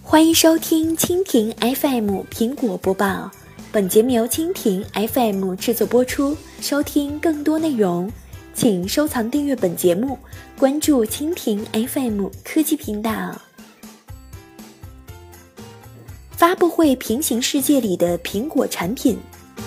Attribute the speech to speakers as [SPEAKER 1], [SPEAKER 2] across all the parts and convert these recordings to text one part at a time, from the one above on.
[SPEAKER 1] 欢迎收听蜻蜓 FM 苹果播报，本节目由蜻蜓 FM 制作播出。收听更多内容，请收藏订阅本节目，关注蜻蜓 FM 科技频道。发布会平行世界里的苹果产品。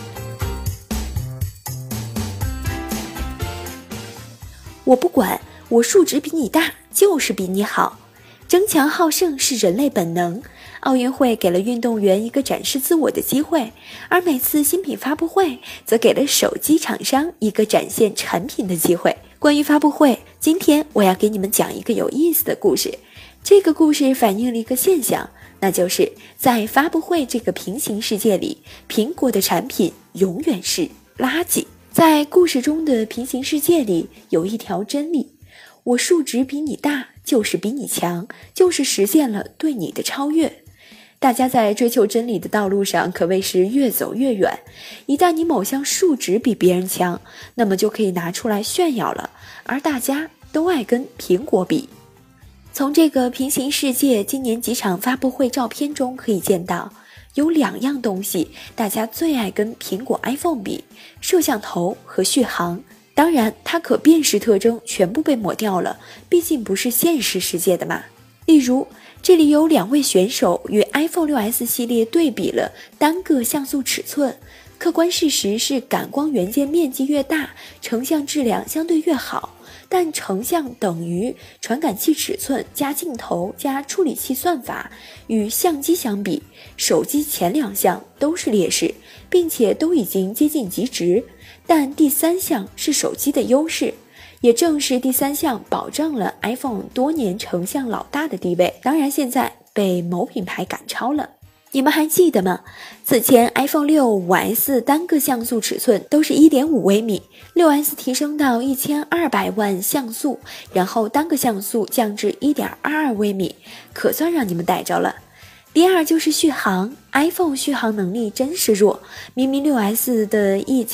[SPEAKER 1] 我不管，我数值比你大，就是比你好。争强好胜是人类本能，奥运会给了运动员一个展示自我的机会，而每次新品发布会则给了手机厂商一个展现产品的机会。关于发布会，今天我要给你们讲一个有意思的故事。这个故事反映了一个现象，那就是在发布会这个平行世界里，苹果的产品永远是垃圾。在故事中的平行世界里，有一条真理：我数值比你大，就是比你强，就是实现了对你的超越。大家在追求真理的道路上可谓是越走越远，一旦你某项数值比别人强，那么就可以拿出来炫耀了，而大家都爱跟苹果比。从这个平行世界今年几场发布会照片中可以见到，有两样东西大家最爱跟苹果 iPhone 比：摄像头和续航。当然，它可辨识特征全部被抹掉了，毕竟不是现实世界的嘛。例如，这里有两位选手与 iPhone 6S 系列对比了单个像素尺寸。客观事实是感光元件面积越大，成像质量相对越好，但成像等于传感器尺寸加镜头加处理器算法，与相机相比，手机前两项都是劣势，并且都已经接近极值，但第三项是手机的优势。也正是第三项保证了 iPhone 多年成像老大的地位，当然现在被某品牌赶超了。你们还记得吗？此前 iPhone 6、5S 单个像素尺寸都是 1.5 微米，6S 提升到1200万像素，然后单个像素降至 1.22 微米，可算让你们逮着了。第二就是续航， iPhone 续航能力真是弱，明明 6S 的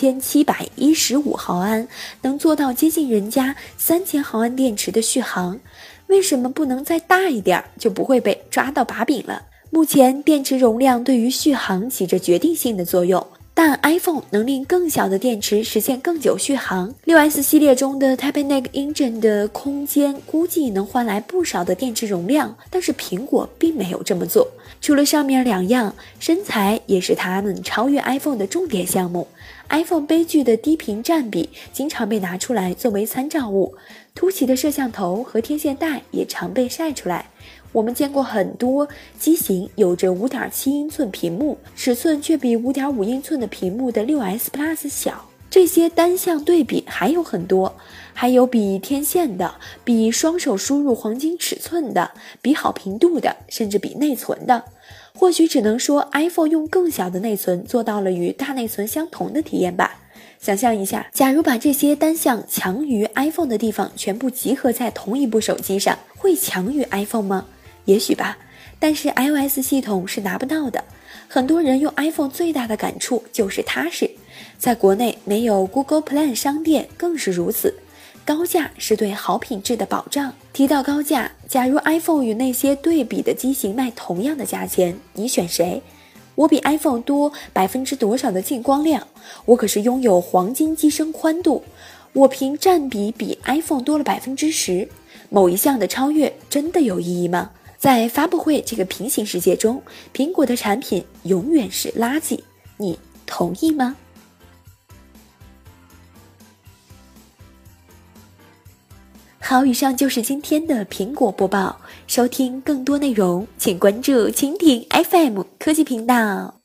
[SPEAKER 1] 1715毫安能做到接近人家3000毫安电池的续航，为什么不能再大一点，就不会被抓到把柄了？目前电池容量对于续航起着决定性的作用，但 iPhone 能令更小的电池实现更久续航。6S 系列中的 Type-A Engine 的空间估计能换来不少的电池容量，但是苹果并没有这么做。除了上面两样，身材也是他们超越 iPhone 的重点项目。iPhone 悲剧的低屏占比经常被拿出来作为参照物，凸起的摄像头和天线带也常被晒出来。我们见过很多机型有着 5.7 英寸屏幕，尺寸却比 5.5 英寸的屏幕的 6S Plus 小。这些单项对比还有很多，还有比天线的，比双手输入黄金尺寸的，比好评度的，甚至比内存的。或许只能说 iPhone 用更小的内存做到了与大内存相同的体验吧。想象一下，假如把这些单项强于 iPhone 的地方全部集合在同一部手机上，会强于 iPhone 吗？也许吧，但是 iOS 系统是拿不到的。很多人用 iPhone 最大的感触就是踏实，在国内没有 Google Play 商店更是如此。高价是对好品质的保障。提到高价，假如 iPhone 与那些对比的机型卖同样的价钱，你选谁？我比 iPhone 多多少的进光量，我可是拥有黄金机身宽度，我屏占比 iPhone 多了10%。某一项的超越真的有意义吗？在发布会这个平行世界中，苹果的产品永远是垃圾，你同意吗？好，以上就是今天的苹果播报。收听更多内容，请关注蜻蜓 FM 科技频道。